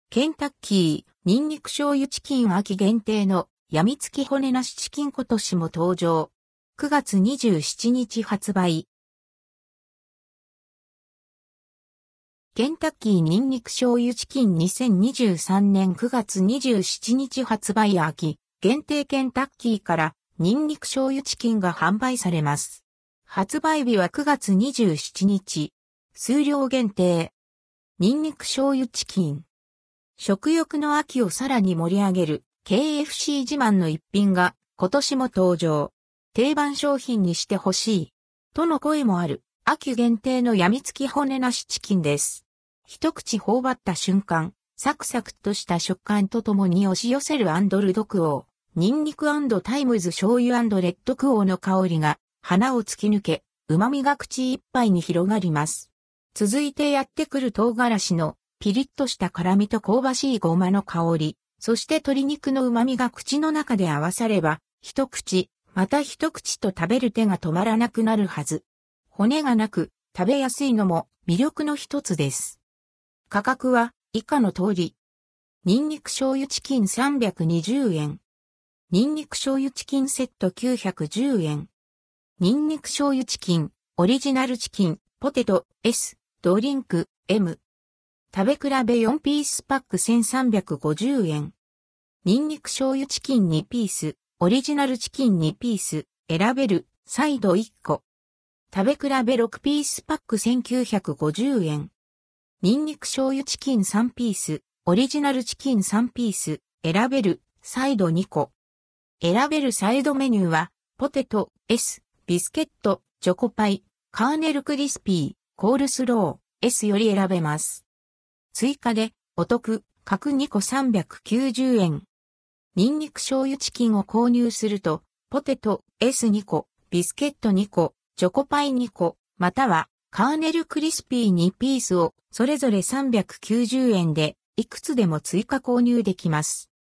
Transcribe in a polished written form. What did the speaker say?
ケンタッキー、ニンニク醤油チキン秋限定のやみつき骨なしチキン今年も登場。9月27日発売。ケンタッキーニンニク醤油チキン2023年9月27日発売秋限定ケンタッキーからニンニク醤油チキンが販売されます。発売日は9月27日。数量限定。ニンニク醤油チキン。食欲の秋をさらに盛り上げる KFC 自慢の一品が今年も登場。定番商品にしてほしい。との声もある秋限定のやみつき骨なしチキンです。一口頬張った瞬間、サクサクとした食感とともに押し寄せるルドクオー。ニンニク&タイムズ醤油&レッドクオーの香りが鼻を突き抜け、旨味が口いっぱいに広がります。続いてやってくる唐辛子のピリッとした辛みと香ばしいごまの香り、そして鶏肉の旨味が口の中で合わされば、一口、また一口と食べる手が止まらなくなるはず。骨がなく食べやすいのも魅力の一つです。価格は以下の通り。ニンニク醤油チキン320円。ニンニク醤油チキンセット910円。ニンニク醤油チキン、オリジナルチキン、ポテト S、ドリンク M。食べ比べ4ピースパック1350円。ニンニク醤油チキン2ピース、オリジナルチキン2ピース、選べる、サイド1個。食べ比べ6ピースパック1950円。ニンニク醤油チキン3ピース、オリジナルチキン3ピース、選べる、サイド2個。選べるサイドメニューは、ポテト S、ビスケット、チョコパイ、カーネルクリスピー、コールスロー S より選べます。追加で、お得、各2個390円。ニンニク醤油チキンを購入すると、ポテト S2 個、ビスケット2個、チョコパイ2個、または、カーネルクリスピー2ピースを、それぞれ390円で、いくつでも追加購入できます。